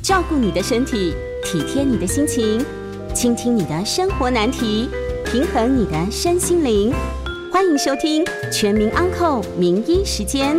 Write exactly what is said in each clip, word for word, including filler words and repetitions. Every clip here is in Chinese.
照顾你的身体，体贴你的心情，倾听你的生活难题，平衡你的身心灵。欢迎收听全民安扣名医时间。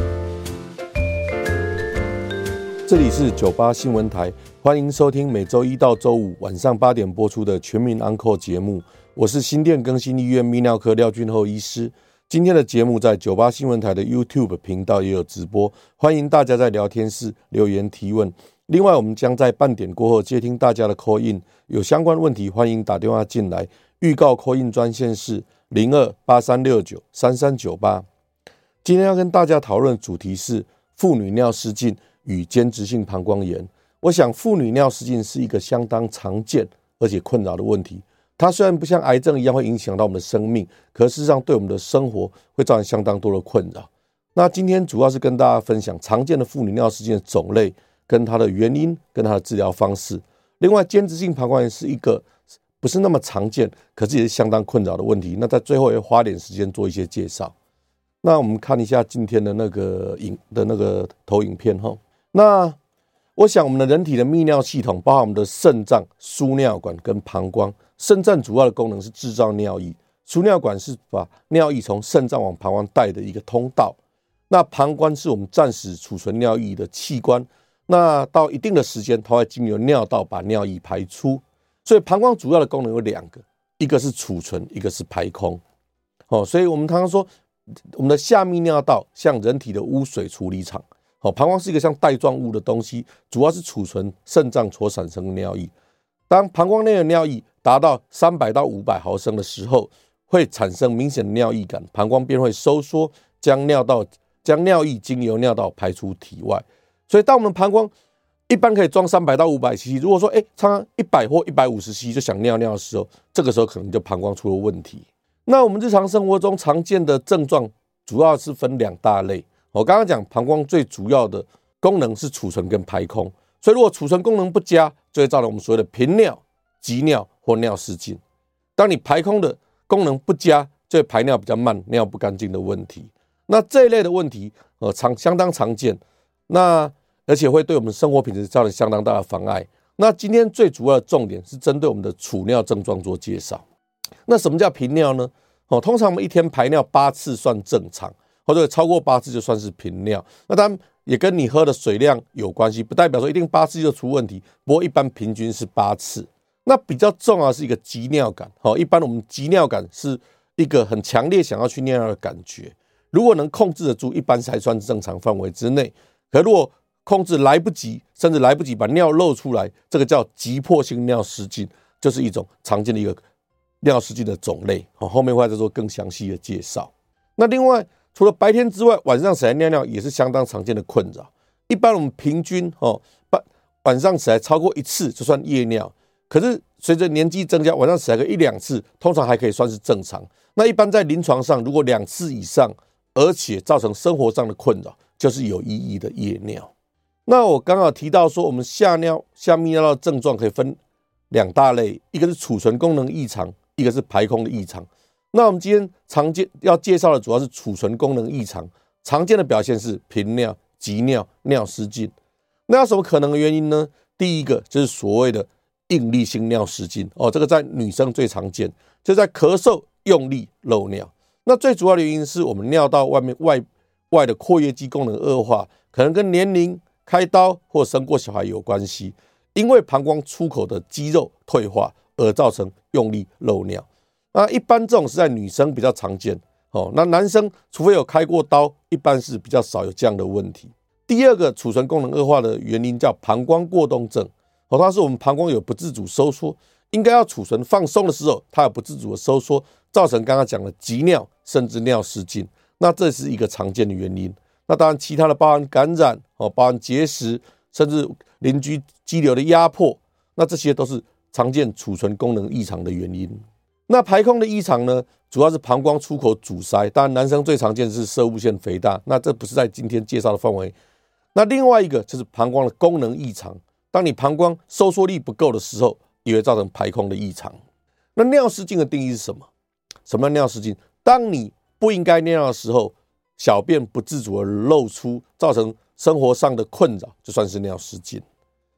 这里是九八新闻台，欢迎收听每周一到周五晚上八点播出的全民安扣节目。我是新店更新医院泌尿科廖俊厚医师。今天的节目在九八新闻台的 YouTube 频道也有直播，欢迎大家在聊天室留言提问。另外，我们将在半点过后接听大家的 call in， 有相关问题欢迎打电话进来。预告 call in 专线是零二八三六九三三九八。今天要跟大家讨论的主题是妇女尿失禁与间质性膀胱炎。我想妇女尿失禁是一个相当常见而且困扰的问题。它虽然不像癌症一样会影响到我们的生命，可事实上对我们的生活会造成相当多的困扰。那今天主要是跟大家分享常见的妇女尿失禁的种类、跟它的原因、跟它的治疗方式。另外，间质性膀胱炎是一个不是那么常见，可是也是相当困扰的问题。那在最后也花点时间做一些介绍。那我们看一下今天的那个影的那个投影片哈。那我想我们的人体的泌尿系统，包含我们的肾脏、输尿管跟膀胱。肾脏主要的功能是制造尿液，输尿管是把尿液从肾脏往膀胱带的一个通道。那膀胱是我们暂时储存尿液的器官。那到一定的时间，它会经由尿道把尿液排出。所以膀胱主要的功能有两个，一个是储存，一个是排空。哦，所以我们常常说，我们的下泌尿道像人体的污水处理厂。哦，膀胱是一个像带状物的东西，主要是储存肾脏所产生的尿液。当膀胱内的尿液达到三百到五百毫升的时候，会产生明显的尿意感，膀胱便会收缩，将尿道将尿液经由尿道排出体外。所以当我们膀胱一般可以装三百到五百 C C， 如果说哎，常常一百或一百五十 C C 就想尿尿的时候，这个时候可能就膀胱出了问题。那我们日常生活中常见的症状主要是分两大类。我刚刚讲膀胱最主要的功能是储存跟排空，所以如果储存功能不佳，就会造成我们所谓的频尿、急尿或尿失禁。当你排空的功能不佳，就会排尿比较慢、尿不干净的问题。那这一类的问题，呃，常相当常见，那而且会对我们生活品质造成相当大的妨碍。那今天最主要的重点是针对我们的储尿症状做介绍。那什么叫频尿呢？哦，通常我们一天排尿八次算正常，或者超过八次就算是频尿。那当然也跟你喝的水量有关系，不代表说一定八次就出问题。不过一般平均是八次。那比较重要的是一个急尿感。哦，一般我们急尿感是一个很强烈想要去尿尿的感觉。如果能控制得住，一般还算正常范围之内。可如果控制来不及，甚至来不及把尿漏出来，这个叫急迫性尿失禁，就是一种常见的一个尿失禁的种类。哦，后面会再做更详细的介绍。那另外，除了白天之外，晚上起来尿尿也是相当常见的困扰。一般我们平均哦，晚上起来超过一次就算夜尿，可是随着年纪增加，晚上起来个一两次，通常还可以算是正常。那一般在临床上，如果两次以上，而且造成生活上的困扰，就是有意义的夜尿。那我刚好提到说，我们下尿下泌尿道的症状可以分两大类，一个是储存功能异常，一个是排空的异常。那我们今天常见要介绍的主要是储存功能异常，常见的表现是频尿、急尿、尿失禁。那有什么可能的原因呢？第一个就是所谓的应力性尿失禁。哦，这个在女生最常见，就是在咳嗽用力漏尿。那最主要的原因是我们尿道外面外外的括约肌功能恶化，可能跟年龄、开刀或生过小孩有关系。因为膀胱出口的肌肉退化而造成用力漏尿。那一般这种是在女生比较常见。哦，那男生除非有开过刀，一般是比较少有这样的问题。第二个储存功能恶化的原因叫膀胱过动症。哦，它是我们膀胱有不自主收缩，应该要储存放松的时候，它有不自主的收缩，造成刚刚讲的急尿甚至尿失禁。那这是一个常见的原因。那当然其他的包含感染，哦，包含结石，甚至邻居肌瘤的压迫，那这些都是常见储存功能异常的原因。那排空的异常呢，主要是膀胱出口阻塞，当然男生最常见的是攝護腺肥大，那这不是在今天介绍的范围。那另外一个就是膀胱的功能异常，当你膀胱收缩力不够的时候，也会造成排空的异常。那尿失禁的定义是什么？什么叫尿失禁？当你不应该尿尿的时候，小便不自主的漏出，造成生活上的困扰，就算是尿失禁。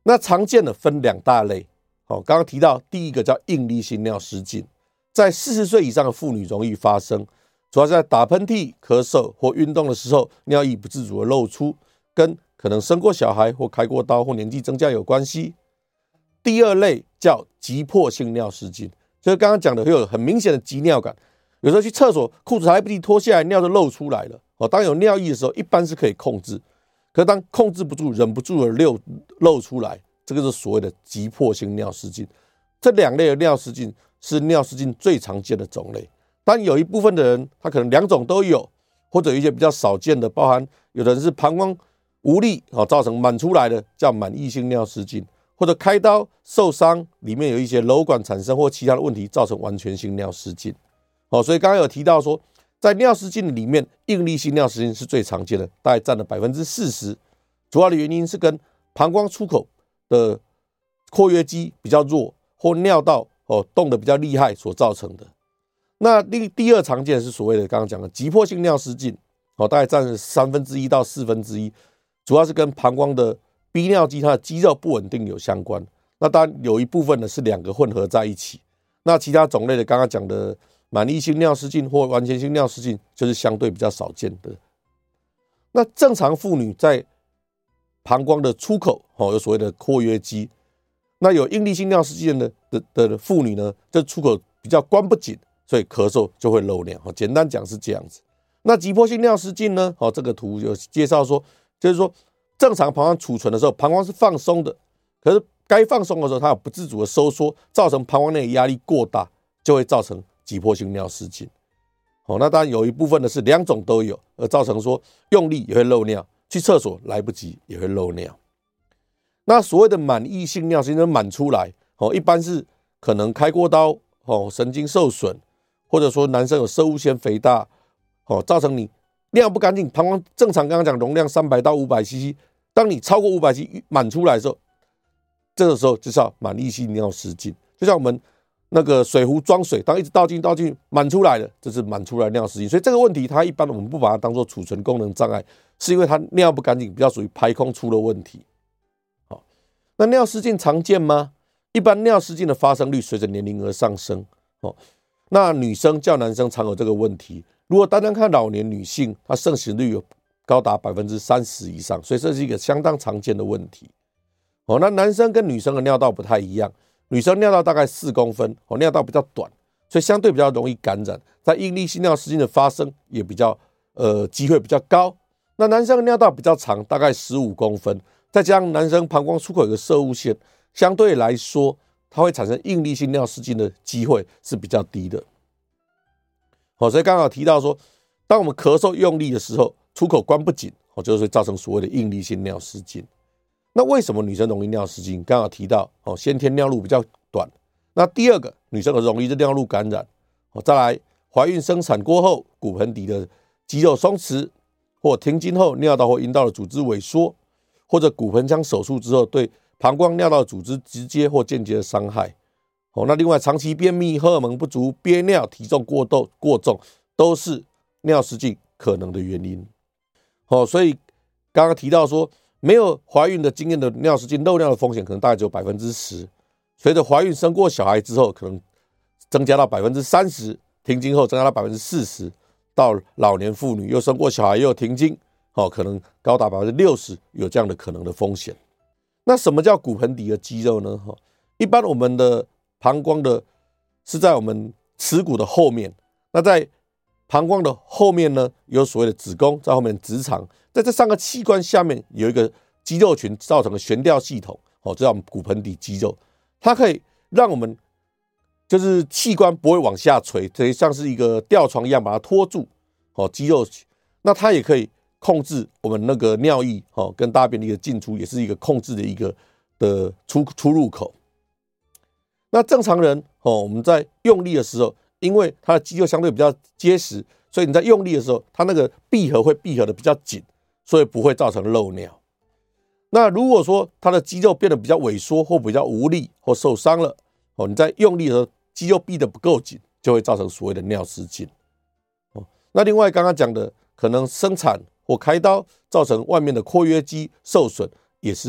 那常见的分两大类，哦，刚刚提到第一个叫应力性尿失禁，在四十岁以上的妇女容易发生，主要是在打喷嚏、咳嗽或运动的时候，尿液不自主的漏出，跟可能生过小孩或开过刀或年纪增加有关系。第二类叫急迫性尿失禁，就是刚刚讲的会有很明显的急尿感，有时候去厕所裤子还来不及脱下来，尿就漏出来了。哦，当有尿意的时候，一般是可以控制，可是当控制不住、忍不住的漏漏出来，这个是所谓的急迫性尿失禁。这两类的尿失禁是尿失禁最常见的种类。但有一部分的人，他可能两种都有，或者有一些比较少见的，包含有的人是膀胱无力，哦，造成满出来的，叫满溢性尿失禁。或者开刀受伤，里面有一些瘘管产生或其他的问题，造成完全性尿失禁。哦，所以刚刚有提到说，在尿失禁里面，应力性尿失禁是最常见的，大概占了百分之四十。主要的原因是跟膀胱出口的括约肌比较弱，或尿道哦动得比较厉害所造成的。那第第二常见是所谓的刚刚讲的急迫性尿失禁，哦，大概占了三分之一到四分之一，主要是跟膀胱的逼尿肌它的肌肉不稳定有相关。那当然有一部分呢是两个混合在一起。那其他种类的刚刚讲的满溢性尿失禁或完全性尿失禁就是相对比较少见的。那正常妇女在膀胱的出口，哦，有所谓的括约肌。那有应力性尿失禁的的的妇女呢，这出口比较关不紧，所以咳嗽就会漏尿。简单讲是这样子。那急迫性尿失禁呢，哦，这个图有介绍说，就是说正常膀胱储存的时候，膀胱是放松的，可是该放松的时候，它有不自主的收缩，造成膀胱内的压力过大，就会造成急迫性尿失禁。哦，那当然有一部分的是两种都有，而造成说用力也会漏尿，去厕所来不及也会漏尿。那所谓的满溢性尿失禁满出来，哦，一般是可能开过刀，哦，神经受损，或者说男生有摄护腺肥大，哦，造成你尿不干净，膀胱正常刚刚讲容量三百到五百 C C， 当你超过五百 C C 满出来的时候，这个时候就叫满溢性尿失禁。就像我们那个水壶装水，当一直倒进倒进满出来了，这是满出来尿失禁。所以这个问题它一般我们不把它当作储存功能障碍，是因为它尿不干净，比较属于排空出了问题。好，那尿失禁常见吗？一般尿失禁的发生率随着年龄而上升。哦，那女生较男生常有这个问题。如果单单看老年女性，她盛行率有高达 百分之三十 以上，所以这是一个相当常见的问题。哦，那男生跟女生的尿道不太一样，女生尿道大概四公分，哦，尿道比较短，所以相对比较容易感染，在应力性尿失禁的发生也比较呃机会比较高。那男生的尿道比较长，大概十五公分，再加上男生膀胱出口有个摄护腺，相对来说它会产生应力性尿失禁的机会是比较低的。好，所以刚好提到说，当我们咳嗽用力的时候，出口关不紧，就会造成所谓的应力性尿失禁。那为什么女生容易尿失禁？刚好提到先天尿路比较短。那第二个，女生容易是尿路感染。再来，怀孕生产过后，骨盆底的肌肉松弛，或停经后尿道或阴道的组织萎缩，或者骨盆腔手术之后对膀胱尿道组织直接或间接的伤害。哦，那另外长期便秘、荷尔蒙不足、憋尿、体重过重、过重，都是尿失禁可能的原因。哦，所以刚刚提到说，没有怀孕的经验的尿失禁漏尿的风险可能大概只有 百分之十， 随着怀孕生过小孩之后，可能增加到 百分之三十， 停经后增加到 百分之四十， 到老年妇女又生过小孩又停经，哦，可能高达 百分之六十 有这样的可能的风险。那什么叫骨盆底的肌肉呢？一般我们的膀胱的是在我们耻骨的后面，那在膀胱的后面呢，有所谓的子宫，在后面直肠，在这三个器官下面有一个肌肉群造成的悬吊系统，哦，这叫我们骨盆底肌肉，它可以让我们就是器官不会往下垂，所以像是一个吊床一样把它拖住，哦，肌肉，那它也可以控制我们那个尿液，哦，跟大便的一个进出，也是一个控制的一个的出出入口。那正常人，哦，我们在用力的时候，因为它的肌肉相对比较结实，所以你在用力的时候，它那个闭合会闭合的比较紧，所以不会造成漏尿。那如果说它的肌肉变得比较萎缩或比较无力或受伤了，哦，你在用力的时候肌肉闭得不够紧，就会造成所谓的尿失禁。哦，那另外刚刚讲的，可能生产或开刀造成外面的括约肌受损，也是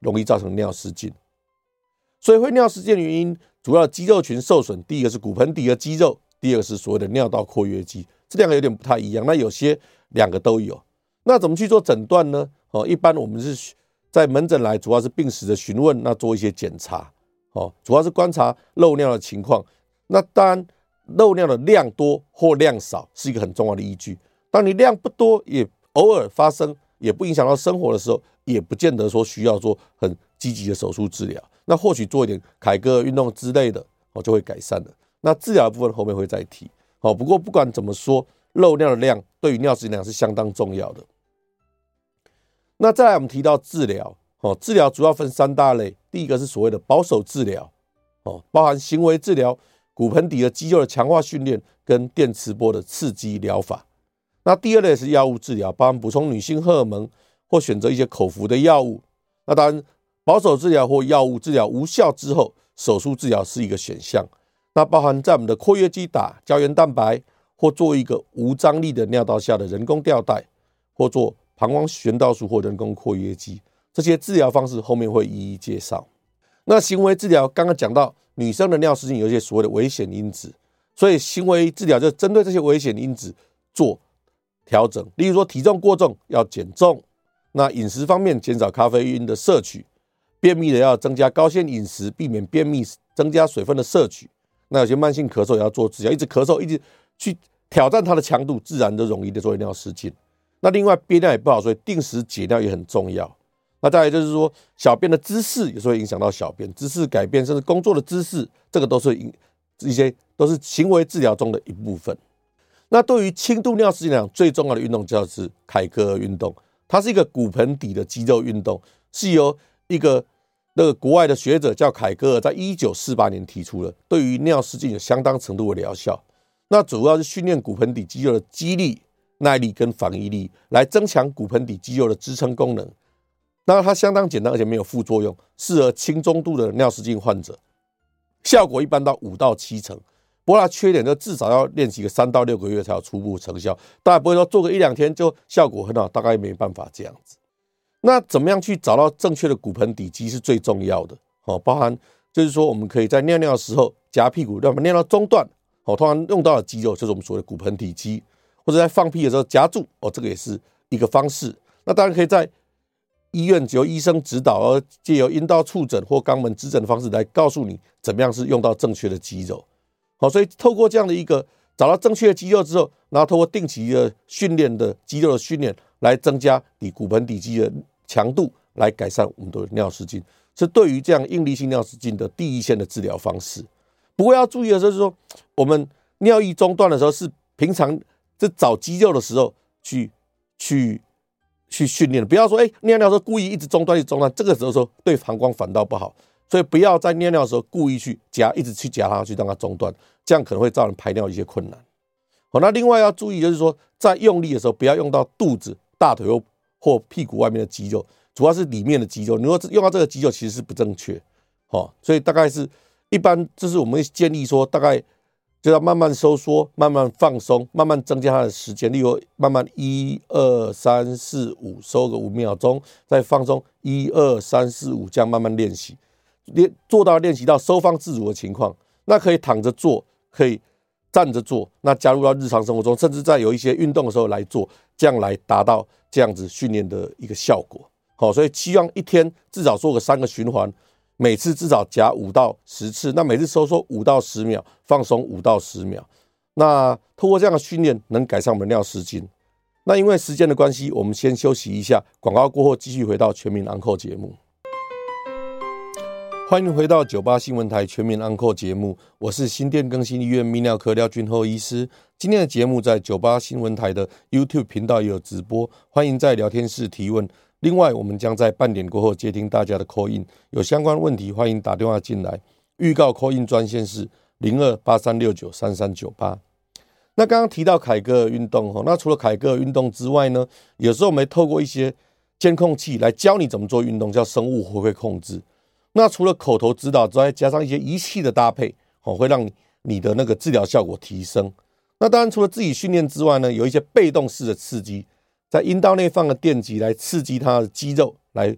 容易造成尿失禁。所以会尿失禁的原因，主要的肌肉群受损，第一个是骨盆底的肌肉，第二个是所谓的尿道括约肌，这两个有点不太一样。那有些两个都有，那怎么去做诊断呢？哦，一般我们是在门诊来，主要是病史的询问，那做一些检查，哦，主要是观察漏尿的情况。那当然，漏尿的量多或量少是一个很重要的依据。当你量不多，也偶尔发生，也不影响到生活的时候，也不见得说需要做很积极的手术治疗。那或许做一点凯格尔运动之类的，哦，就会改善了。那治疗的部分后面会再提。哦，不过不管怎么说，漏尿的量对于尿失禁量是相当重要的。那再来我们提到治疗，哦，治疗主要分三大类，第一个是所谓的保守治疗，哦，包含行为治疗、骨盆底的肌肉的强化训练跟电磁波的刺激疗法。那第二类是药物治疗，包含补充女性荷尔蒙或选择一些口服的药物。那当然，保守治疗或药物治疗无效之后，手术治疗是一个选项。那包含在我们的括约肌打胶原蛋白，或做一个无张力的尿道下的人工吊带，或做膀胱悬倒术或人工括约肌，这些治疗方式后面会一一介绍。那行为治疗刚刚讲到，女生的尿失禁有一些所谓的危险因子，所以行为治疗就针对这些危险因子做调整。例如说体重过重要减重，那饮食方面减少咖啡因的摄取，便秘的要增加高纤饮食，避免便秘，增加水分的摄取。那有些慢性咳嗽也要做治疗，一直咳嗽一直去挑战它的强度，自然就容易的做尿失禁。那另外憋尿也不好，所以定时解尿也很重要。那再来就是说，小便的姿势有时候会影响到小便姿势改变，甚至工作的姿势，这个都是一些都是行为治疗中的一部分。那对于轻度尿失禁来讲，最重要的运动就是凯格尔运动，它是一个骨盆底的肌肉运动，是由一个那个国外的学者叫凯格尔，在一九四八年提出了，对于尿失禁有相当程度的疗效。那主要是训练骨盆底肌肉的肌力、耐力跟反应力，来增强骨盆底肌肉的支撑功能。那它相当简单，而且没有副作用，适合轻中度的尿失禁患者，效果一般到五到七成。不过它缺点就至少要练习个三到六个月才有初步成效，当然不会说做个一两天就效果很好，大概没办法这样子。那怎么样去找到正确的骨盆底肌是最重要的，哦，包含就是说我们可以在尿尿的时候夹屁股，让尿到中段，哦，通常用到的肌肉就是我们所谓的骨盆底肌，或者在放屁的时候夹住，哦，这个也是一个方式。那当然可以在医院由医生指导，而借由阴道触诊或肛门指诊的方式来告诉你怎么样是用到正确的肌肉。好，所以透过这样的一个找到正确的肌肉之后，然后透过定期的训练的肌肉的训练，来增加你骨盆底肌的强度，来改善我们的尿失禁，是对于这样应力性尿失禁的第一线的治疗方式。不过要注意的就是说，我们尿液中断的时候是平常在找肌肉的时候去去去训练，不要说哎、欸、尿尿的时候故意一直中断一直中断，这个时候说对膀胱反倒不好。所以不要在尿尿的时候故意去夹，一直去夹它，去让它中断，这样可能会造成排尿一些困难。好，那另外要注意就是说，在用力的时候不要用到肚子、大腿或屁股外面的肌肉，主要是里面的肌肉。你如果用到这个肌肉，其实是不正确。好，所以大概是一般就是我们会建议说，大概就要慢慢收缩、慢慢放松、慢慢增加它的时间。例如慢慢一二三四五收个五秒钟，再放松一二三四五，这样慢慢练习。做到练习到收放自如的情况，那可以躺着做，可以站着做，那加入到日常生活中，甚至在有一些运动的时候来做，这样来达到这样子训练的一个效果。好，所以希望一天至少做个三个循环，每次至少夹五到十次，那每次收缩五到十秒，放松五到十秒。那透过这样的训练，能改善我们的尿失禁。那因为时间的关系，我们先休息一下，广告过后继续回到全民安扣节目。欢迎回到九八新闻台全民安扣节目，我是新店更新医院泌尿科廖俊厚医师。今天的节目在九八新闻台的 YouTube 频道也有直播，欢迎在聊天室提问。另外，我们将在半点过后接听大家的 call in， 有相关问题欢迎打电话进来。预告 call in 专线是零二八三六九三三九八。那刚刚提到凯格尔运动，那除了凯格尔运动之外呢，有时候我们透过一些监控器来教你怎么做运动，叫生物回馈控制。那除了口头指导之外，加上一些仪器的搭配，会让你的那个治疗效果提升。那当然除了自己训练之外呢，有一些被动式的刺激，在阴道内放的电极来刺激它的肌肉，来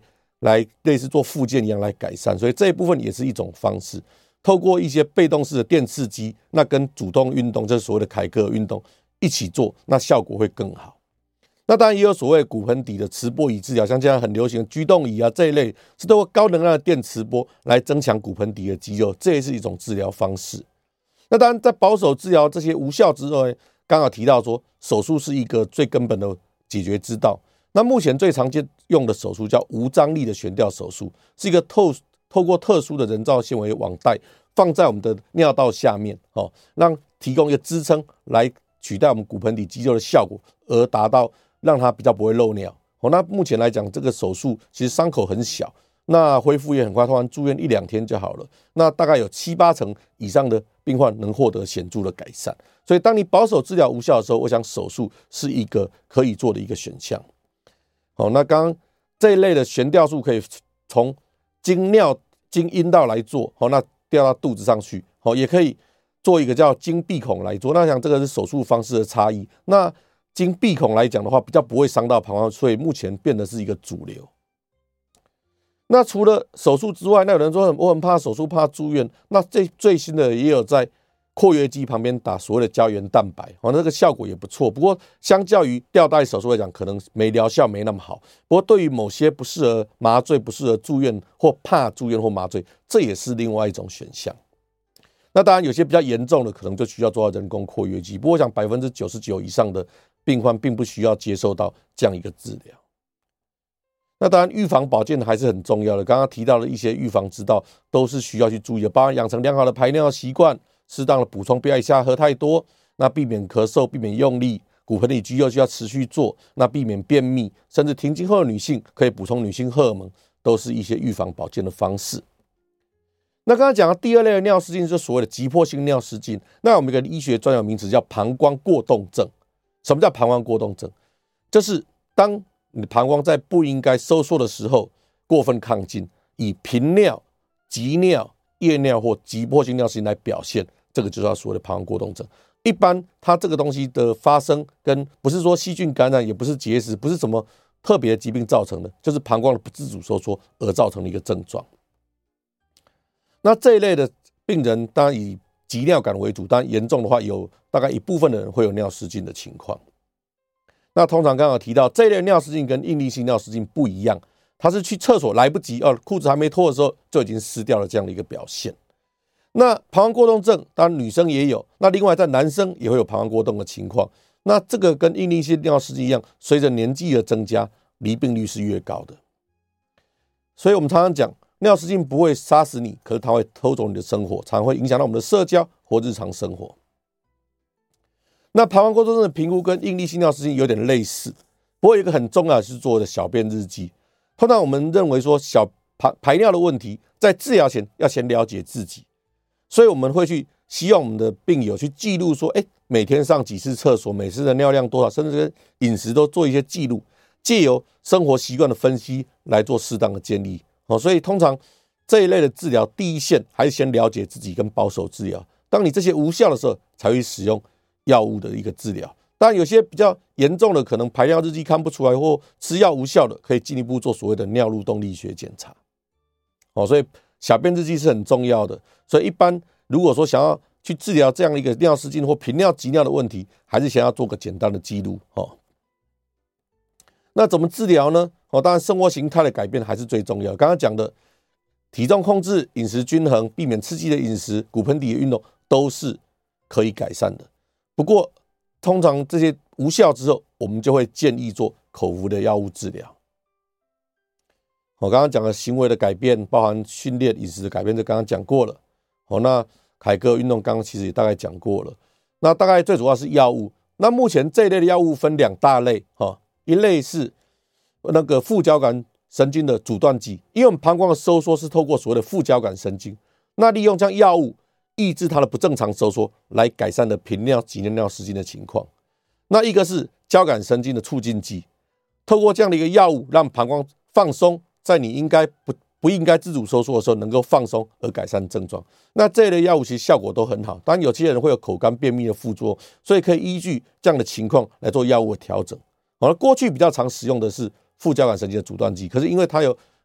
来类似做复健一样来改善，所以这一部分也是一种方式。透过一些被动式的电刺激，那跟主动运动，就是所谓的凯格尔运动一起做，那效果会更好。那当然也有所谓骨盆底的磁波仪治疗，像现在很流行的居动仪啊这一类，是透过高能量的电磁波来增强骨盆底的肌肉，这也是一种治疗方式。那当然在保守治疗这些无效之后，刚好提到说手术是一个最根本的解决之道。那目前最常见用的手术叫无张力的悬吊手术，是一个透透过特殊的人造纤维网带放在我们的尿道下面，哦，让提供一个支撑来取代我们骨盆底肌肉的效果，而达到让它比较不会漏尿。哦，那目前来讲，这个手术其实伤口很小，那恢复也很快，通常住院一两天就好了。那大概有七八成以上的病患能获得显著的改善。所以，当你保守治疗无效的时候，我想手术是一个可以做的一个选项。好，那刚刚这一类的悬吊术可以从经尿经阴道来做，好，那吊到肚子上去，好，也可以做一个叫经闭孔来做。那想这个是手术方式的差异。那经闭孔来讲的话，比较不会伤到膀胱，所以目前变得是一个主流。那除了手术之外，那有人说我很怕手术，怕住院。那最最新的也有在括约肌旁边打所谓的胶原蛋白，哦，那个效果也不错。不过相较于吊带手术来讲，可能没疗效没那么好。不过对于某些不适合麻醉、不适合住院或怕住院或麻醉，这也是另外一种选项。那当然有些比较严重的，可能就需要做到人工括约肌。不过我想百分之九十九以上的病患并不需要接受到这样一个治疗。那当然预防保健还是很重要的，刚刚提到的一些预防之道都是需要去注意的，包括养成良好的排尿习惯，适当的补充，不要一下喝太多，那避免咳嗽，避免用力，骨盆底肌肉需要持续做，那避免便秘，甚至停经后的女性可以补充女性荷尔蒙，都是一些预防保健的方式。那刚才讲的第二类的尿失禁就是所谓的急迫性尿失禁，那我们有一个医学专有名词叫膀胱过动症。什么叫膀胱过动症？就是当你的膀胱在不应该收缩的时候过分亢进，以频尿、急尿、夜尿或急迫性尿失禁来表现，这个就是所谓的膀胱过动症。一般它这个东西的发生跟不是说细菌感染，也不是结石，不是什么特别的疾病造成的，就是膀胱的不自主收缩而造成的一个症状。那这一类的病人当然以急尿感为主，当然严重的话有大概一部分的人会有尿失禁的情况。那通常刚刚提到这一类的尿失禁跟应力性尿失禁不一样，它是去厕所来不及，哦，裤子还没脱的时候就已经湿掉了这样的一个表现。那膀胱过动症当然女生也有，那另外在男生也会有膀胱过动的情况。那这个跟应力性尿失禁一样，随着年纪的增加，离病率是越高的。所以我们常常讲尿失禁不会杀死你，可是它会偷走你的生活，常会影响到我们的社交或日常生活。那膀胱过动症的评估跟应力性尿失禁有点类似，不过有一个很重要的是做的小便日记。通常我们认为说小 排, 排尿的问题，在治疗前要先了解自己，所以我们会去希望我们的病友去记录说，哎，每天上几次厕所，每次的尿量多少，甚至跟饮食都做一些记录，借由生活习惯的分析来做适当的建立。哦，所以通常这一类的治疗，第一线还是先了解自己跟保守治疗。当你这些无效的时候，才会使用药物的一个治疗。当然，有些比较严重的，可能排尿日记看不出来，或吃药无效的，可以进一步做所谓的尿路动力学检查。哦，所以小便日记是很重要的。所以一般如果说想要去治疗这样一个尿失禁或频尿急尿的问题，还是先要做个简单的记录。哦，那怎么治疗呢？哦，当然生活形态的改变还是最重要的。刚刚讲的体重控制、饮食均衡、避免刺激的饮食、骨盆底的运动都是可以改善的。不过通常这些无效之后，我们就会建议做口服的药物治疗。我刚刚讲的行为的改变，包含训练、饮食的改变，这刚刚讲过了。哦，那凯格尔运动刚刚其实也大概讲过了。那大概最主要是药物。那目前这一类的药物分两大类，哦，一类是那个副交感神经的阻断剂，因为我们膀胱的收缩是透过所谓的副交感神经，那利用这样药物抑制它的不正常收缩，来改善的频尿、急尿、尿失禁的情况。那一个是交感神经的促进剂，透过这样的一个药物，让膀胱放松，在你应该不不应该自主收缩的时候能够放松，而改善症状。那这一类药物其实效果都很好，当然有些人会有口干便秘的副作用，所以可以依据这样的情况来做药物的调整。好了，过去比较常使用的是副交感神经的阻断剂，可是因为它有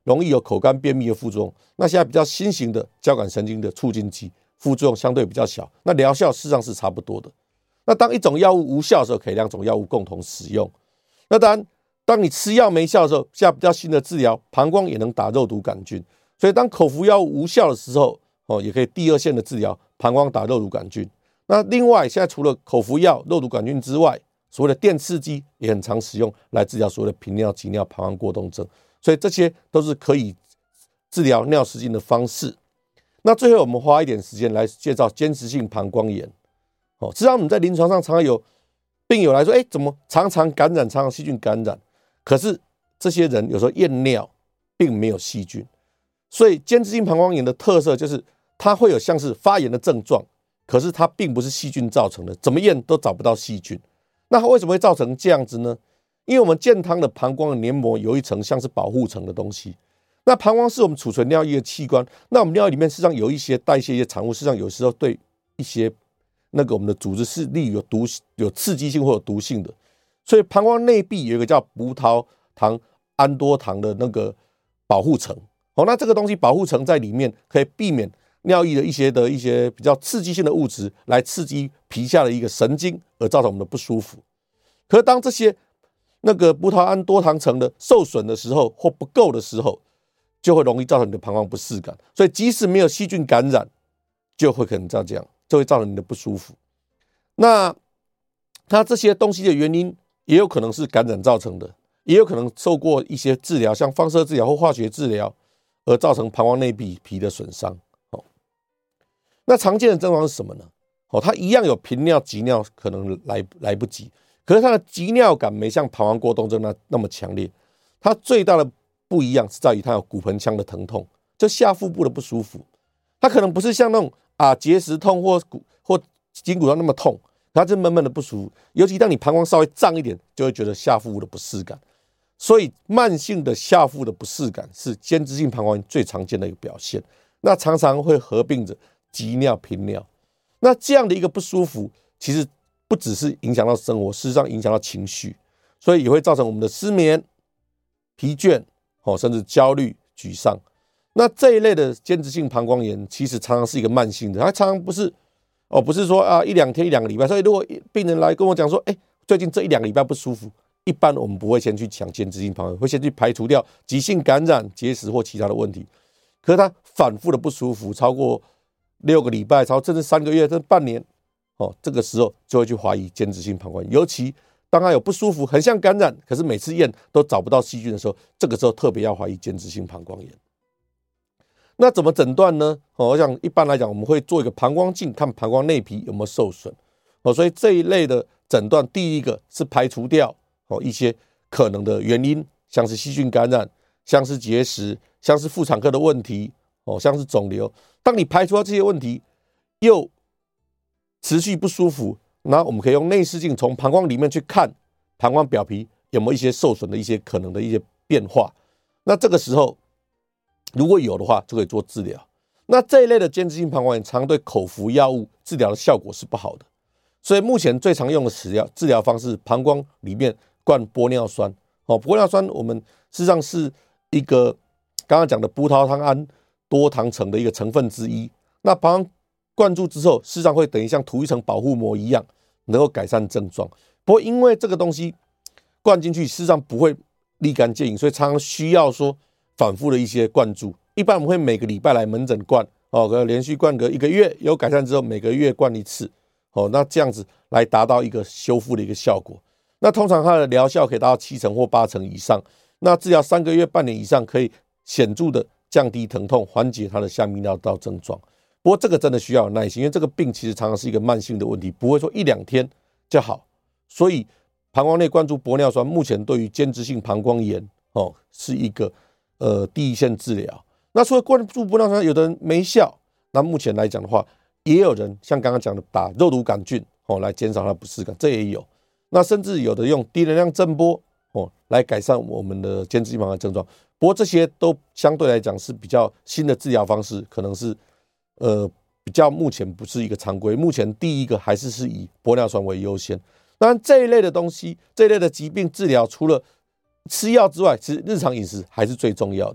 容易有口干便秘的副作用。那现在比较新型的交感神经的促进剂，副作用相对比较小，那疗效事实上是差不多的。那当一种药物无效的时候，可以两种药物共同使用。那当然，当你吃药没效的时候，现在比较新的治疗，膀胱也能打肉毒杆菌。所以当口服药物无效的时候，哦，也可以第二线的治疗，膀胱打肉毒杆菌。那另外，现在除了口服药、肉毒杆菌之外，所谓的电刺激也很常使用来治疗所谓的频尿、急尿、膀胱过动症。所以这些都是可以治疗尿失禁的方式。那最后我们花一点时间来介绍间质性膀胱炎。哦，实际上我们在临床上常常有病友来说，哎，怎么常常感染，常常细菌感染？可是这些人有时候验尿并没有细菌。所以间质性膀胱炎的特色就是它会有像是发炎的症状，可是它并不是细菌造成的，怎么验都找不到细菌。那它为什么会造成这样子呢？因为我们健康的膀胱的黏膜有一层像是保护层的东西。那膀胱是我们储存尿液的器官，那我们尿液里面事实上有一些代谢一些产物，事实上有时候对一些那个我们的组织是例如有毒、有刺激性或有毒性的。所以膀胱内壁有一个叫葡萄糖胺多糖的那个保护层。哦，那这个东西保护层在里面可以避免尿液的一些的一些比较刺激性的物质来刺激皮下的一个神经，而造成我们的不舒服。可是当这些那个葡萄胺多糖层的受损的时候或不够的时候，就会容易造成你的膀胱不适感。所以即使没有细菌感染，就会可能这样，就会造成你的不舒服。那它这些东西的原因也有可能是感染造成的，也有可能受过一些治疗，像放射治疗或化学治疗，而造成膀胱内壁皮的损伤。哦，那常见的症状是什么呢？哦，它一样有频尿、急尿，可能来来不及，可是它的急尿感没像膀胱过动症那那么强烈。它最大的不一样是在于它有骨盆腔的疼痛，就下腹部的不舒服。它可能不是像那种啊结石痛或骨或筋骨痛那么痛，它是闷闷的不舒服。尤其当你膀胱稍微胀一点，就会觉得下腹部的不适感。所以慢性的下腹的不适感是间质性膀胱炎最常见的一个表现。那常常会合并着急尿、频尿。那这样的一个不舒服，其实不只是影响到生活，事实上影响到情绪，所以也会造成我们的失眠、疲倦，甚至焦虑、沮丧。那这一类的间质性膀胱炎，其实常常是一个慢性的，它常常不是哦，不是说啊一两天、一两个礼拜。所以如果病人来跟我讲说，哎，最近这一两个礼拜不舒服，一般我们不会先去抢间质性膀胱炎，会先去排除掉急性感染、结石或其他的问题。可是他反复的不舒服，超过六个礼拜，超甚至三个月，甚至半年，哦，这个时候就会去怀疑间质性膀胱炎。尤其当他有不舒服，很像感染，可是每次验都找不到细菌的时候，这个时候特别要怀疑间质性膀胱炎。那怎么诊断呢？哦，我想一般来讲，我们会做一个膀胱镜，看膀胱内皮有没有受损。哦，所以这一类的诊断，第一个是排除掉哦一些可能的原因，像是细菌感染，像是结石，像是妇产科的问题，哦，像是肿瘤。当你排除掉这些问题，又持续不舒服，那我们可以用内视镜从膀胱里面去看膀胱表皮有没有一些受损的一些可能的一些变化。那这个时候如果有的话，就可以做治疗。那这一类的间质性膀胱炎，常对口服药物治疗的效果是不好的。所以目前最常用的治疗治疗方式，膀胱里面灌玻尿酸。哦，玻尿酸我们事实上是一个刚刚讲的葡萄糖胺多糖层的一个成分之一。那膀胱灌注之后，事实上会等于像涂一层保护膜一样，能够改善症状。不过因为这个东西灌进去，事实上不会立竿见影，所以常常需要说反复的一些灌注。一般我们会每个礼拜来门诊灌，哦，连续灌个一个月，有改善之后每个月灌一次。哦，那这样子来达到一个修复的一个效果。那通常它的疗效可以达到七成或八成以上。那治疗三个月、半年以上，可以显著的降低疼痛，缓解它的下泌尿道症状。不过这个真的需要有耐心，因为这个病其实常常是一个慢性的问题，不会说一两天就好。所以膀胱内灌注玻尿酸，目前对于间质性膀胱炎，哦，是一个呃第一线治疗。那除了灌注玻尿酸，有的人没效，那目前来讲的话，也有人像刚刚讲的打肉毒杆菌，哦，来减少它的不适感，这也有。那甚至有的用低能量震波，哦，来改善我们的间质性膀胱症状。不过这些都相对来讲是比较新的治疗方式，可能是呃比较目前不是一个常规。目前第一个还是是以玻尿酸为优先。当然这一类的东西，这一类的疾病治疗，除了吃药之外，其实日常饮食还是最重要的。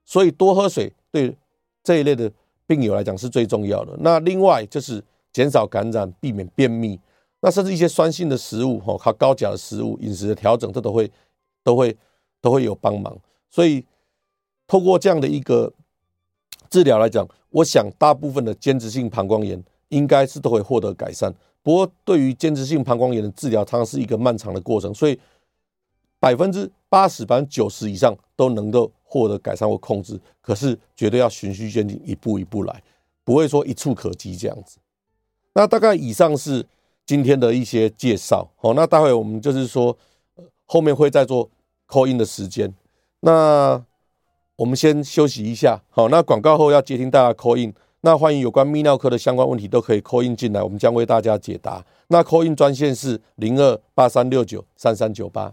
所以多喝水对这一类的病友来讲是最重要的。那另外就是减少感染，避免便秘，那甚至一些酸性的食物、靠高钾的食物、饮食的调整，这都会都会都会有帮忙。所以透过这样的一个治疗来讲，我想大部分的间质性膀胱炎应该是都会获得改善。不过对于间质性膀胱炎的治疗，常常是一个漫长的过程，所以百分之八十、百分之九十以上都能够获得改善或控制。可是绝对要循序渐进，一步一步来，不会说一触可及这样子。那大概以上是今天的一些介绍。好，那待会我们就是说后面会再做 call in 的时间。那我们先休息一下。好，那广告后要接听大家 call in。那欢迎有关泌尿科的相关问题都可以 call in 进来，我们将为大家解答。那 call in 专线是零二八三六九三三九八。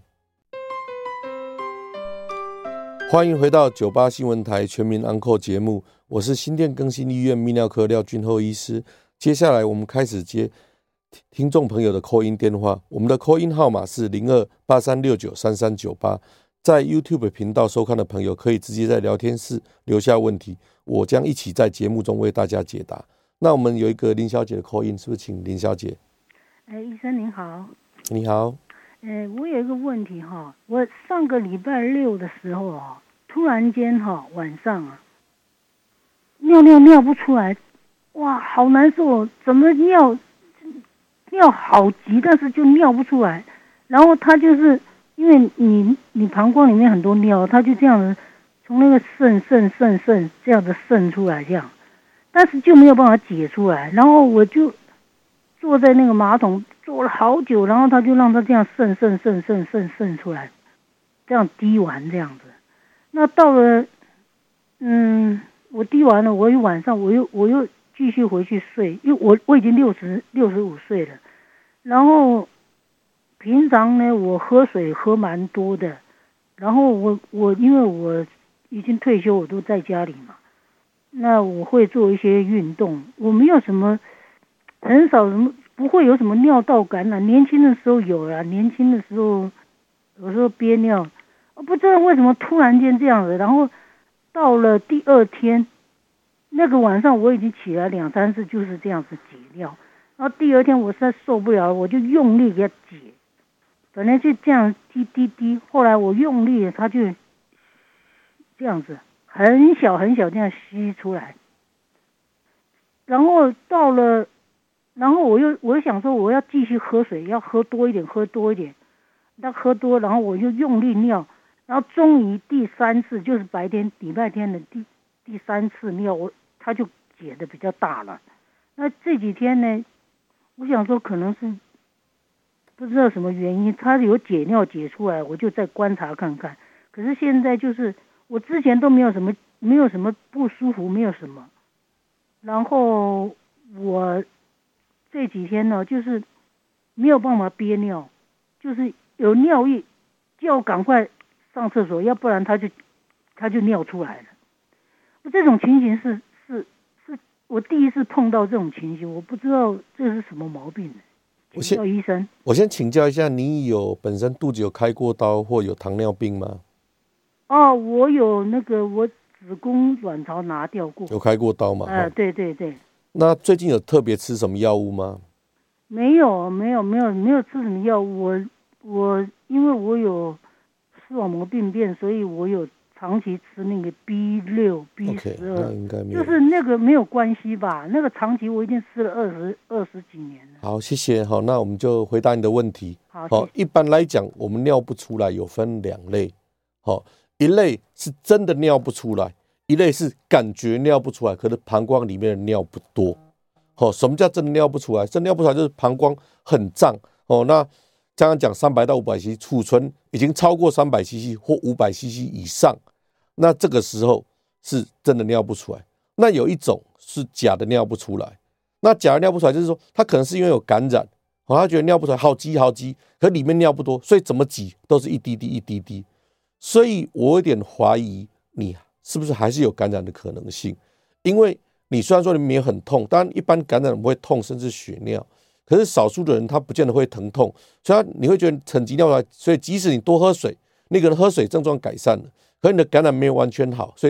欢迎回到九八新闻台全民安扣节目，我是新店更新医院泌尿科廖俊厚医师。接下来我们开始接听众朋友的 call in 电话，我们的 call in 号码是零二八三六九三三九八。在 YouTube 频道收看的朋友可以直接在聊天室留下问题，我将一起在节目中为大家解答。那我们有一个林小姐的 call in， 是不是请林小姐？ 哎，医生您好。 你好。 哎，我有一个问题哈，我上个礼拜六的时候啊，突然间哈晚上啊，尿尿尿不出来，哇，好难受，怎么尿尿好急，但是就尿不出来，然后它就是因为你你膀胱里面很多尿，它就这样子从那个渗渗渗渗这样子渗出来，这样，但是就没有办法解出来。然后我就坐在那个马桶坐了好久，然后他就让它这样渗渗渗渗渗渗出来，这样滴完这样子。那到了，嗯，我滴完了，我一晚上我又我又继续回去睡，因为我我已经六十六十五岁了，然后。平常呢，我喝水喝蛮多的，然后我我因为我已经退休，我都在家里嘛，那我会做一些运动，我没有什么，很少什么，不会有什么尿道感染。年轻的时候有啦，年轻的时候有时候憋尿，我不知道为什么突然间这样子，然后到了第二天，那个晚上我已经起来两三次就是这样子解尿，然后第二天我实在受不了，我就用力给它解。本来就这样滴滴滴，后来我用力，它就这样子很小很小这样吸出来，然后到了，然后我又我又想说我要继续喝水，要喝多一点，喝多一点，那喝多，然后我就用力尿，然后终于第三次就是白天礼拜天的第第三次尿，我它就解的比较大了。那这几天呢，我想说可能是。不知道什么原因，他有解尿解出来，我就再观察看看。可是现在就是我之前都没有什么没有什么不舒服，没有什么。然后我这几天呢，就是没有办法憋尿，就是有尿意就要赶快上厕所，要不然他就他就尿出来了。这种情形是是是我第一次碰到这种情形，我不知道这是什么毛病。 我先医生， 我先请教一下，你有本身肚子有开过刀或有糖尿病吗？ 哦，我有那个我子宫卵巢拿掉过， 有开过刀吗？ 呃，对对对。 那最近有特别吃什么药物吗？ 没有，没有，没有，没有吃什么药物。我我因为我有视网膜病变，所以我有长期吃那个 B 六、B 十二，就是那个没有关系吧？那个长期我已经吃了二十二十几年了。 好，谢谢。好，那我们就回答你的问题。 好， 好，一般来讲，我们尿不出来有分两类。好，一类是真的尿不出来，一类是感觉尿不出来，可是膀胱里面的尿不多。好，什么叫真的尿不出来？真的尿不出来就是膀胱很胀。哦，那刚刚讲三百到五百 C C 储存已经超过三百 C C 或五百 C C 以上，那这个时候是真的尿不出来。那有一种是假的尿不出来，那假的尿不出来就是说他可能是因为有感染，哦，他觉得尿不出来好急好急，可里面尿不多，所以怎么挤都是一滴滴一滴滴。所以我有点怀疑你是不是还是有感染的可能性，因为你虽然说你没有很痛，当然一般感染不会痛甚至血尿，可是少数的人他不见得会疼痛，所以你会觉得很急尿出来，所以即使你多喝水，那个人喝水症状改善了，可是你的感染没有完全好，所以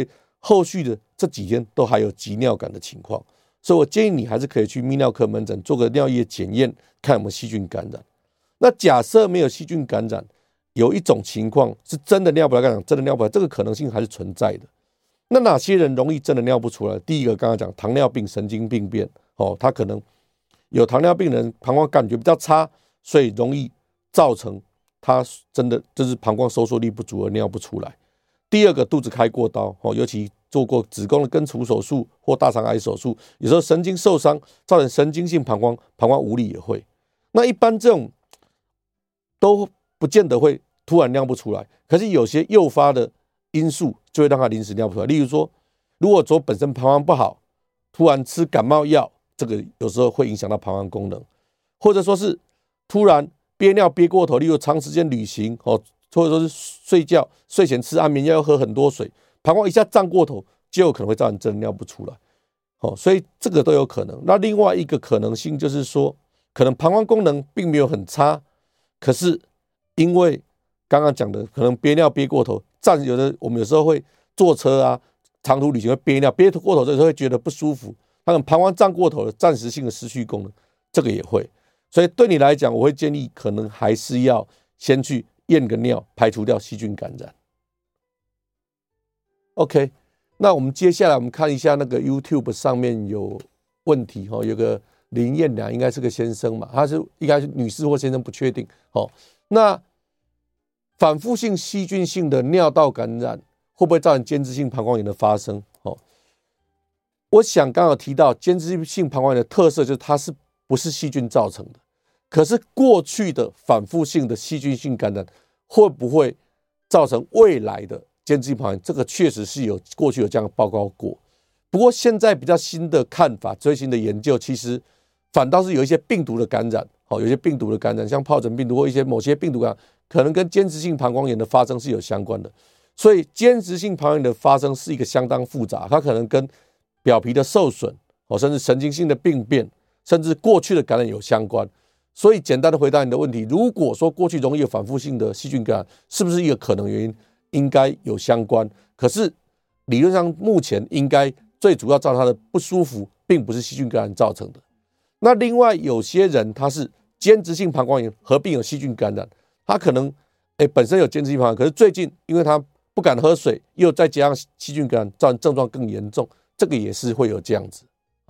后续的这几天都还有急尿感的情况，所以我建议你还是可以去泌尿科门诊做个尿液检验，看有没有细菌感染。那假设没有细菌感染，有一种情况是真的尿不来感染，真的尿不来，这个可能性还是存在的。那哪些人容易真的尿不出来？第一个刚刚讲糖尿病、神经病变，哦，他可能有糖尿病人膀胱感觉比较差，所以容易造成他真的就是膀胱收缩力不足而尿不出来。第二个肚子开过刀，哦，尤其做过子宫的根除手术或大肠癌手术，有时候神经受伤造成神经性膀胱膀胱无力也会。那一般这种都不见得会突然尿不出来，可是有些诱发的因素就会让他临时尿不出来。例如说，如果说本身膀胱不好，突然吃感冒药，这个有时候会影响到膀胱功能，或者说是突然憋尿憋过头，例如长时间旅行，哦，或者说是睡觉睡前吃安眠药，要喝很多水，膀胱一下胀过头，就有可能会造成真的尿不出来。哦，所以这个都有可能。那另外一个可能性就是说，可能膀胱功能并没有很差，可是因为刚刚讲的可能憋尿憋过头，站有的我们有时候会坐车啊，长途旅行会憋尿憋过头，的时候会觉得不舒服，他可能膀胱胀过头了，暂时性的失去功能，这个也会。所以对你来讲，我会建议可能还是要先去验个尿，排除掉细菌感染。OK， 那我们接下来我们看一下那个 YouTube 上面有问题，有个林彦良，应该是个先生嘛，他是应该是女士或先生不确定。那反复性细菌性的尿道感染会不会造成间质性膀胱炎的发生？我想刚刚有提到间质性膀胱炎的特色就是它是不是细菌造成的，可是过去的反复性的细菌性感染会不会造成未来的间质性膀胱炎？这个确实是有过去有这样报告过。不过现在比较新的看法，最新的研究其实反倒是有一些病毒的感染，有一些病毒的感染，像疱疹病毒或一些某些病毒感染，可能跟间质性膀胱炎的发生是有相关的。所以间质性膀胱炎的发生是一个相当复杂，它可能跟表皮的受损，甚至神经性的病变，甚至过去的感染有相关。所以简单的回答你的问题，如果说过去容易有反复性的细菌感染，是不是一个可能原因？应该有相关，可是理论上目前应该最主要造成他的不舒服并不是细菌感染造成的。那另外有些人他是间质性膀胱炎合并有细菌感染，他可能诶本身有间质性膀胱炎，可是最近因为他不敢喝水，又再加上细菌感染，造成症状更严重，这个也是会有这样子。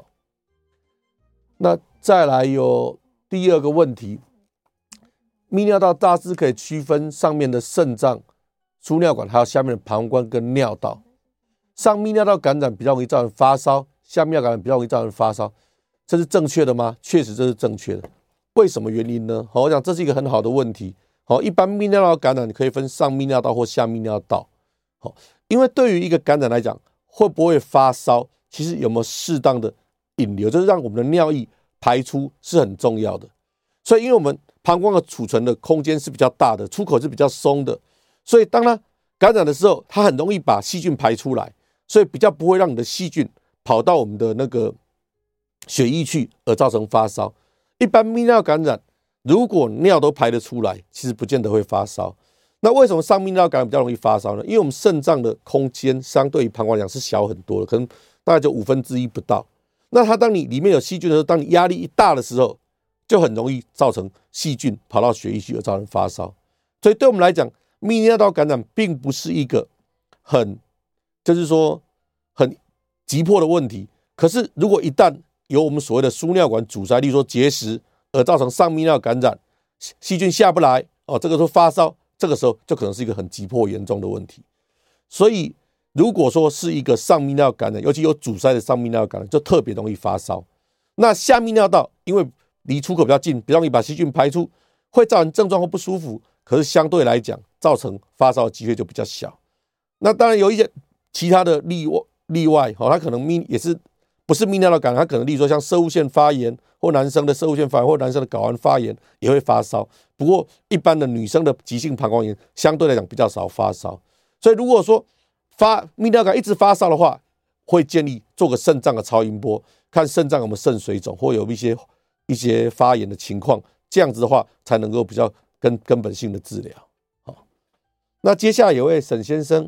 那再来有第二个问题，泌尿道大致可以区分上面的肾脏、输尿管，还有下面的膀胱跟尿道。上泌尿道感染比较容易造成发烧，下泌尿感染比较容易造成发烧，这是正确的吗？确实这是正确的。为什么原因呢？我想这是一个很好的问题。一般泌尿道感染你可以分上泌尿道或下泌尿道，因为对于一个感染来讲，会不会发烧，其实有没有适当的引流，就是让我们的尿液排出是很重要的。所以因为我们膀胱的储存的空间是比较大的，出口是比较松的，所以当它感染的时候，它很容易把细菌排出来，所以比较不会让你的细菌跑到我们的那个血液去而造成发烧。一般泌尿感染如果尿都排得出来，其实不见得会发烧。那为什么上泌尿感染比较容易发烧呢？因为我们肾脏的空间相对于膀胱来讲是小很多的，可能大概就五分之一不到。那它当你里面有细菌的时候，当你压力一大的时候，就很容易造成细菌跑到血液去而造成发烧。所以对我们来讲，泌尿道感染并不是一个很就是说很急迫的问题。可是如果一旦有我们所谓的输尿管阻塞，例如说结石而造成上泌尿感染，细菌下不来，哦，这个时候发烧，这个时候就可能是一个很急迫严重的问题。所以如果说是一个上泌尿感染，尤其有阻塞的上泌尿感染，就特别容易发烧。那下泌尿道因为离出口比较近，比较容易把细菌排出，会造成症状或不舒服，可是相对来讲造成发烧的机会就比较小。那当然有一些其他的例外，例外它可能也是不是泌尿道感染，它可能例如说像攝護腺发炎，或男生的攝護腺发炎，或男生的睾丸发炎也会发烧。不过一般的女生的急性膀胱炎相对来讲比较少发烧。所以如果说发泌尿感一直发烧的话，会建议做个肾脏的超音波，看肾脏有没有肾水肿或有一些一些发炎的情况，这样子的话才能够比较根根本性的治疗。好，那接下来有位沈先生，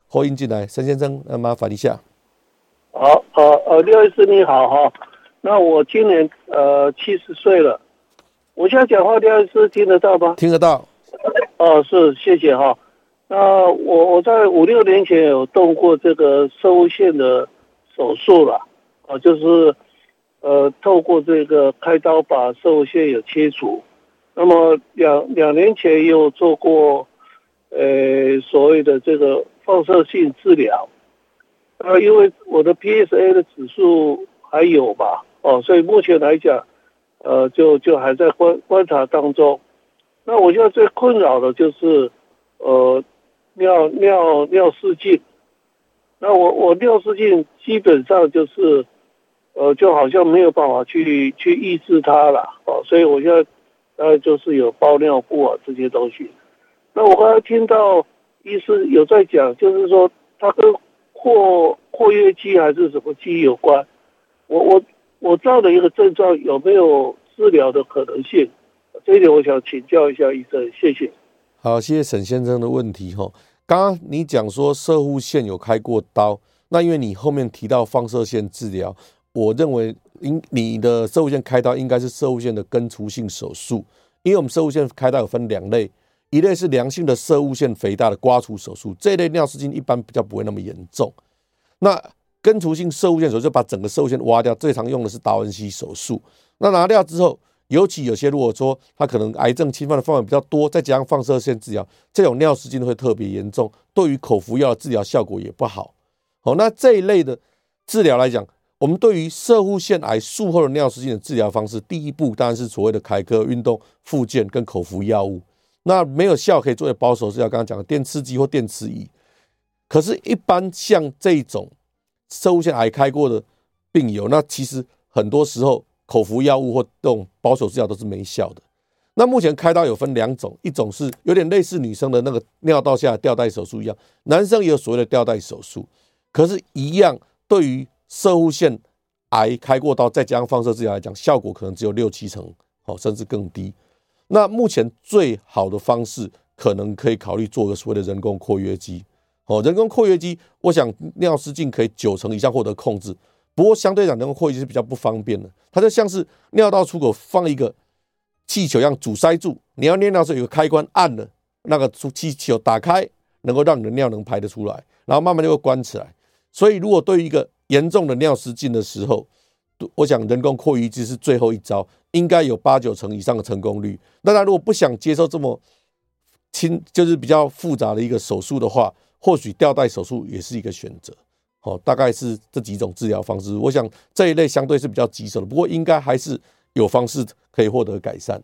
call in进来，沈先生，那麻烦一下。 好，呃呃，廖医师你好哈，那我今年呃七十岁了，我现在讲话廖医师听得到吗？ 听得到。 哦，是，谢谢哈。那我我在五六年前有动过这个射物线的手术了，啊，就是呃透过这个开刀把射物线有切除。那么两两年前又做过呃所谓的这个放射性治疗，呃，因为我的 P S A 的指数还有吧，哦，所以目前来讲，呃，就就还在观观察当中。那我现在最困扰的就是，呃，尿尿尿失禁。那我我尿失禁基本上就是，呃，就好像没有办法去去抑制它了，哦，所以我现在呃就是有包尿布啊这些东西。那我刚才听到医师有在讲，就是说它跟括括约肌还是什么肌有关。我我我这样的一个症状有没有治疗的可能性？这一点我想请教一下医生，谢谢。 好，谢谢沈先生的问题哈。刚刚你讲说射护线有开过刀，那因为你后面提到放射线治疗，我认为你的射护线开刀应该是射护线的根除性手术，因为我们射护线开刀有分两类，一类是良性的射护线肥大的刮除手术，这一类尿失禁一般比较不会那么严重。那根除性射护线手术就把整个射护线挖掉，最常用的是达文西手术。那拿掉之后，尤其有些如果说他可能癌症侵犯的范围比较多，再加上放射线治疗，这种尿失禁会特别严重，对于口服药的治疗效果也不好。好，那这一类的治疗来讲，我们对于射护腺癌术后的尿失禁的治疗方式，第一步当然是所谓的凯格尔运动、复健跟口服药物。那没有效可以作为保守治疗，刚刚讲的电刺激或电磁仪。可是，一般像这种射护腺癌开过的病友，那其实很多时候口服药物或这种保守治疗都是没效的。那目前开刀有分两种，一种是有点类似女生的那个尿道下的吊带手术一样，男生也有所谓的吊带手术，可是一样对于射护腺癌开过刀再加上放射治疗来讲，效果可能只有六七成，甚至更低。那目前最好的方式可能可以考虑做个所谓的人工括约肌。哦，人工括约肌，我想尿失禁可以九成以上获得控制。不过相对讲，人工括约肌是比较不方便的，它就像是尿道出口放一个气球一样阻塞住，你要尿尿的时候有个开关按了，那个气球打开，能够让你的尿能排得出来，然后慢慢就会关起来。所以如果对于一个严重的尿失禁的时候，我想人工括约肌是最后一招，应该有八九成以上的成功率。那他如果不想接受这么轻，就是比较复杂的一个手术的话，或许吊带手术也是一个选择。哦，大概是这几种治疗方式，我想这一类相对是比较棘手的，不过应该还是有方式可以获得改善。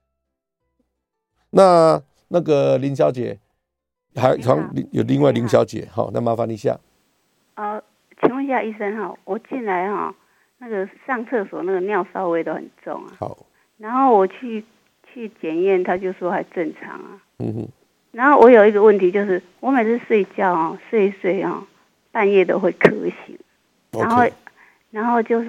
那那个林小姐，还有另外林小姐，好，那麻烦一下。 呃，请问一下医生哈，我进来哈，那个上厕所那个尿骚味都很重啊。 好。 然后我去去检验，他就说还正常啊。 嗯哼。 然后我有一个问题就是，我每次睡觉啊，睡一睡啊，半夜都会咳醒，然后， okay. 然后就是，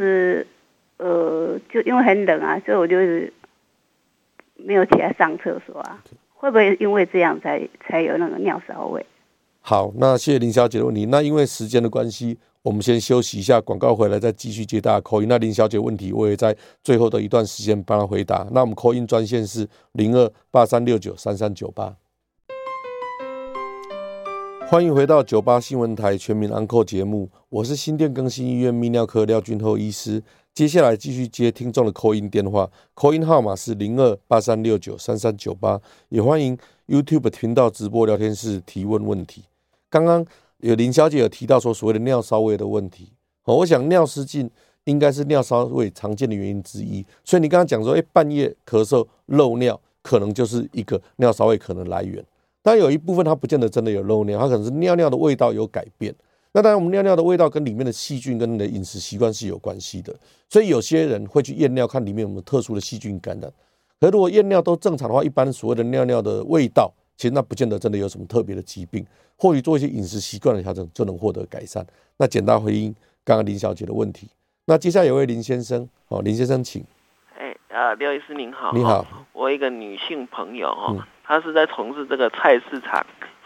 呃，就因为很冷啊，所以我就是没有起来上厕所啊。Okay. 会不会因为这样才才有那个尿骚味？ 好，那谢谢林小姐的问题。那因为时间的关系，我们先休息一下，广告回来再继续接大家 call in。那林小姐问题，我也在最后的一段时间帮她回答。那我们 call in 专线是零二八三六九三三九八。欢迎回到九八新闻台全民安扣节目，我是新店更新医院泌尿科廖俊厚医师。接下来继续接听众的 call in 电话 ，call in 号码是零二八三六九三三九八，也欢迎 YouTube 频道直播聊天室提问问题。刚刚有林小姐有提到说所谓的尿骚味的问题，哦，我想尿失禁应该是尿骚味常见的原因之一，所以你刚刚讲说，哎，半夜咳嗽漏尿，可能就是一个尿骚味可能来源。但有一部分它不见得真的有漏尿，它可能是尿尿的味道有改变。那当然，我们尿尿的味道跟里面的细菌跟你的饮食习惯是有关系的，所以有些人会去验尿看里面有没有特殊的细菌感染。可是如果验尿都正常的话，一般所谓的尿尿的味道，其实那不见得真的有什么特别的疾病，或许做一些饮食习惯的调整就能获得改善。那简单回应刚刚林小姐的问题。那接下来有位林先生，哦，林先生请。 哎，呃，廖医师您好。 你好。 我一个女性朋友哦，嗯、她是在从事这个菜市场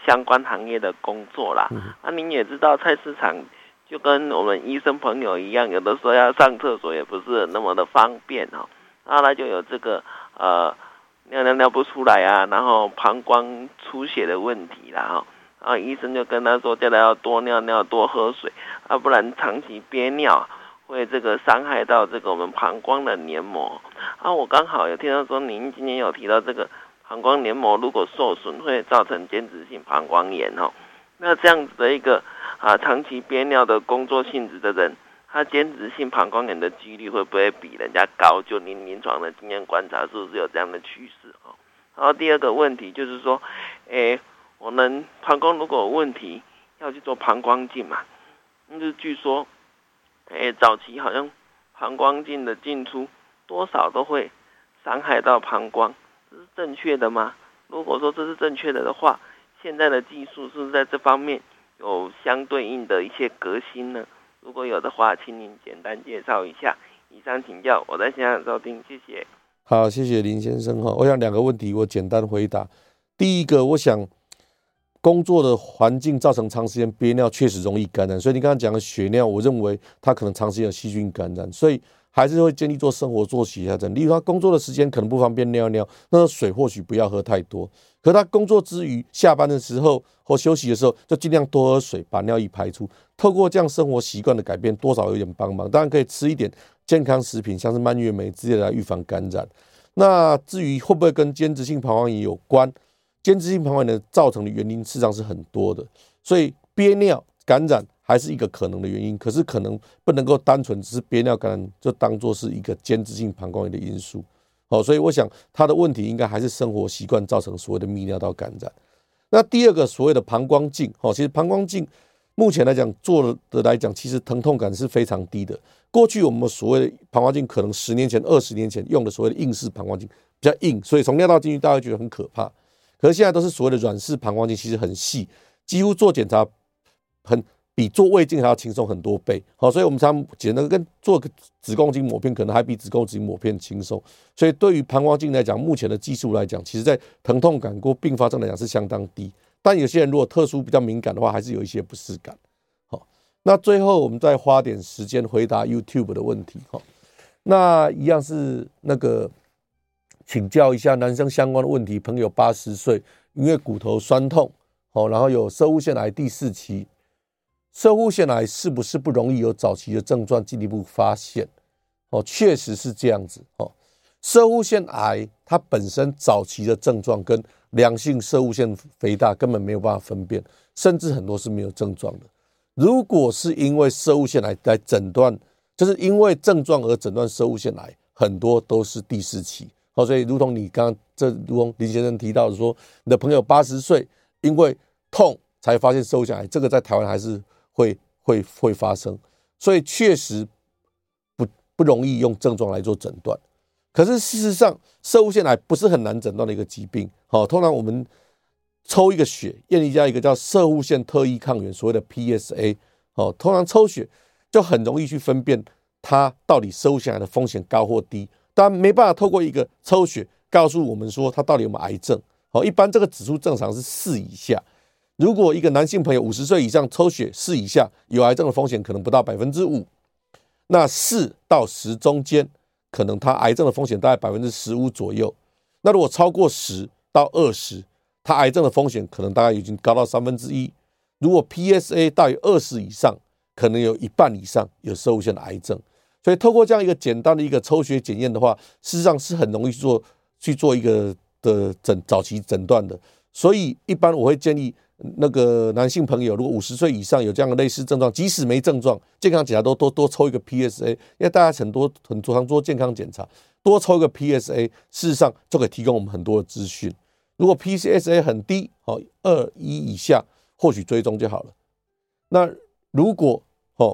相关行业的工作啦。嗯、那您也知道，菜市场就跟我们医生朋友一样，有的时候要上厕所也不是那么的方便哦。然后他就有这个呃尿尿尿不出来啊，然后膀胱出血的问题啦哈。然后医生就跟他说，叫他要多尿尿、多喝水，啊，不然长期憋尿会这个伤害到这个我们膀胱的黏膜。啊，我刚好有听到说您今天有提到这个膀胱黏膜如果受损会造成间质性膀胱炎哦。那这样子的一个啊长期憋尿的工作性质的人，他间质性膀胱炎的几率会不会比人家高？就您临床的经验观察，是不是有这样的趋势哦？然后第二个问题就是说，诶，我们膀胱如果有问题，要去做膀胱镜嘛？那就据说，诶，早期好像膀胱镜的进出多少都会伤害到膀胱，这是正确的吗？如果说这是正确的的话，现在的技术是不是在这方面有相对应的一些革新呢？如果有的话，请您简单介绍一下。以上请教，我在现场收听，谢谢。 好，谢谢林先生哈。我想两个问题我简单回答。第一个，我想工作的环境造成长时间憋尿确实容易感染，所以你刚刚讲的血尿，我认为它可能长时间有细菌感染，所以还是会建议做生活作息调整。例如他工作的时间可能不方便尿尿，那水或许不要喝太多。可他工作之余，下班的时候或休息的时候，就尽量多喝水，把尿液排出。透过这样生活习惯的改变，多少有点帮忙。当然可以吃一点健康食品，像是蔓越莓之类的来预防感染。那至于会不会跟间质性膀胱炎有关？间质性膀胱炎的造成的原因事实上是很多的，所以憋尿感染还是一个可能的原因，可是可能不能够单纯只是憋尿感染就当作是一个间质性膀胱炎的因素。好，所以我想他的问题应该还是生活习惯造成所谓的泌尿道感染。那第二个所谓的膀胱镜，其实膀胱镜目前来讲做的来讲，其实疼痛感是非常低的。过去我们所谓的膀胱镜，可能十年前、二十年前用的所谓的硬式膀胱镜比较硬，所以从尿道进去大家会觉得很可怕。可是现在都是所谓的软式膀胱镜，其实很细，几乎做检查很比做胃镜还要轻松很多倍。好，所以我们常简单跟做个子宫颈抹片，可能还比子宫颈抹片轻松。所以对于膀胱镜来讲，目前的技术来讲，其实在疼痛感或并发症来讲是相当低。但有些人如果特殊比较敏感的话，还是有一些不适感。好，那最后我们再花点时间回答 YouTube 的问题。好，那一样是那个请教一下男生相关的问题。朋友八十岁，因为骨头酸痛，好，然后有攝護腺癌第四期。攝護腺癌是不是不容易有早期的症状进一步发现？哦，确实是这样子。哦，攝護腺癌它本身早期的症状跟良性攝護腺肥大根本没有办法分辨，甚至很多是没有症状的。如果是因为攝護腺癌来诊断，就是因为症状而诊断攝護腺癌，很多都是第四期。哦，所以如同你刚刚这如同林先生提到的说，你的朋友八十岁，因为痛才发现攝護腺癌，这个在台湾还是会会会发生，所以确实不不容易用症状来做诊断。可是事实上，攝護腺癌不是很难诊断的一个疾病。好，通常我们抽一个血，验一下一个叫攝護腺特异抗原，所谓的 P S A。好，通常抽血就很容易去分辨它到底攝護腺癌的风险高或低。当然没办法透过一个抽血告诉我们说它到底有没有癌症。好，一般这个指数正常是四以下。如果一个男性朋友五十岁以上抽血四以下，有癌症的风险可能不到百分之五。那四到十中间，可能他癌症的风险大概百分之十五左右。那如果超过十到二十，他癌症的风险可能大概已经高到三分之一。如果 P S A 大于二十以上，可能有一半以上有攝護腺的癌症。所以透过这样一个简单的一个抽血检验的话，事实上是很容易去做去做一个的诊早期诊断的。所以一般我会建议那个男性朋友，如果五十岁以上有这样的类似症状，即使没症状，健康检查都多多抽一个 P S A， 因为大家很多很常做健康检查，多抽一个 P S A， 事实上就可以提供我们很多的资讯。如果 P S A 很低，哦，二一以下，或许追踪就好了。那如果哦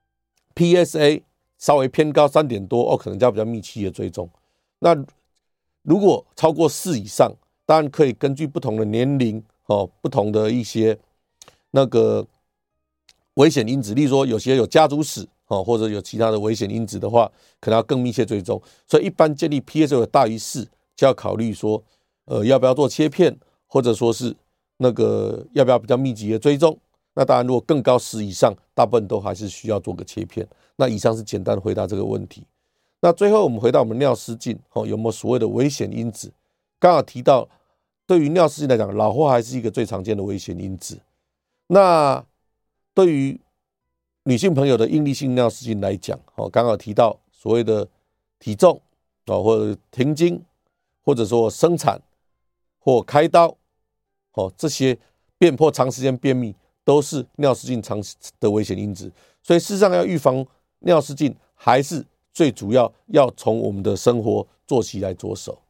P S A 稍微偏高三点多，哦，可能就要比较密切的追踪。那如果超过四以上，当然可以根据不同的年龄，哦，不同的一些那个危险因子，例如说有些有家族史，哦，或者有其他的危险因子的话，可能要更密切追踪。所以一般建议 P S A 大于四，就要考虑说，呃，要不要做切片，或者说是那个要不要比较密集的追踪？那当然，如果更高十以上，大部分都还是需要做个切片。那以上是简单回答这个问题。那最后我们回到我们尿失禁，哦，有没有所谓的危险因子？刚好提到，对于尿失禁来讲，老化还是一个最常见的危险因子。那对于女性朋友的应力性尿失禁来讲，哦，刚好提到所谓的体重，哦，或者停经，或者说生产或开刀，哦，这些便或长时间便秘都是尿失禁常的危险因子。所以事实上要预防尿失禁，还是最主要要从我们的生活作息来着手。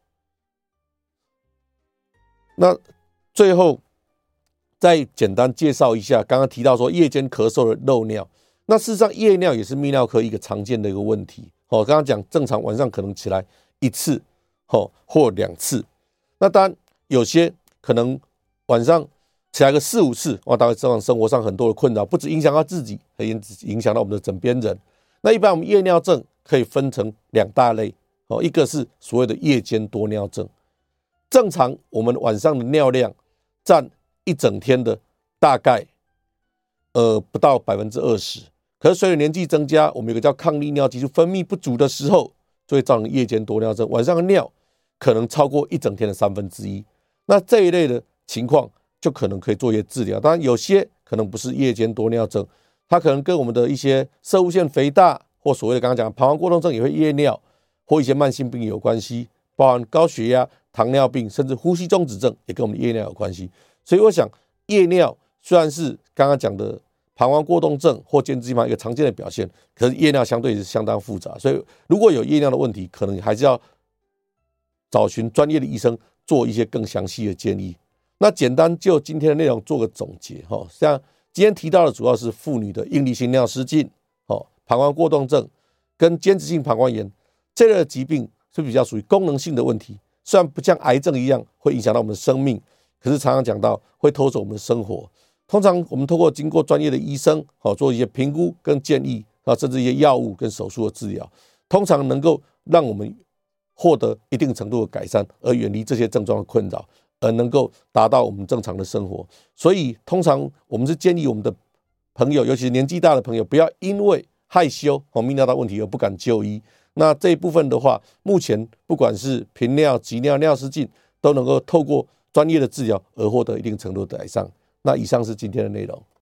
那最后再简单介绍一下，刚刚提到说夜间咳嗽的漏尿，那事实上夜尿也是泌尿科一个常见的一个问题。哦，刚刚讲正常晚上可能起来一次，哦，或两次，那当然有些可能晚上起来个四五次，哇，当然这样生活上很多的困扰，不只影响到自己，还影响到我们的枕边人。那一般我们夜尿症可以分成两大类，哦，一个是所谓的夜间多尿症，正常我们晚上的尿量占一整天的大概呃不到百分之二十，可是随着年纪增加，我们有个叫抗利尿激素分泌不足的时候，就会造成夜间多尿症，晚上的尿可能超过一整天的三分之一。那这一类的情况就可能可以做一些治疗，当然有些可能不是夜间多尿症，它可能跟我们的一些攝護腺肥大或所谓的刚刚讲的膀胱过动症也会夜尿，或一些慢性病有关系，包含高血压、糖尿病，甚至呼吸中止症也跟我们的夜尿有关系。所以我想夜尿虽然是刚刚讲的膀胱过动症或间质性膀一个常见的表现，可是夜尿相对是相当复杂，所以如果有夜尿的问题，可能还是要找寻专业的医生做一些更详细的建议。那简单就今天的内容做个总结，像今天提到的主要是妇女的应力性尿失禁、膀胱过动症跟间质性膀胱炎这类的疾病是比较属于功能性的问题，虽然不像癌症一样会影响到我们的生命，可是常常讲到会偷走我们的生活。通常我们透过经过专业的医生做一些评估跟建议，甚至一些药物跟手术的治疗，通常能够让我们获得一定程度的改善，而远离这些症状的困扰，而能够达到我们正常的生活。所以通常我们是建议我们的朋友，尤其是年纪大的朋友，不要因为害羞泌尿道问题而不敢就医。那这一部分的话，目前不管是频尿、急尿、尿失禁，都能够透过专业的治疗而获得一定程度的改善。那以上是今天的内容。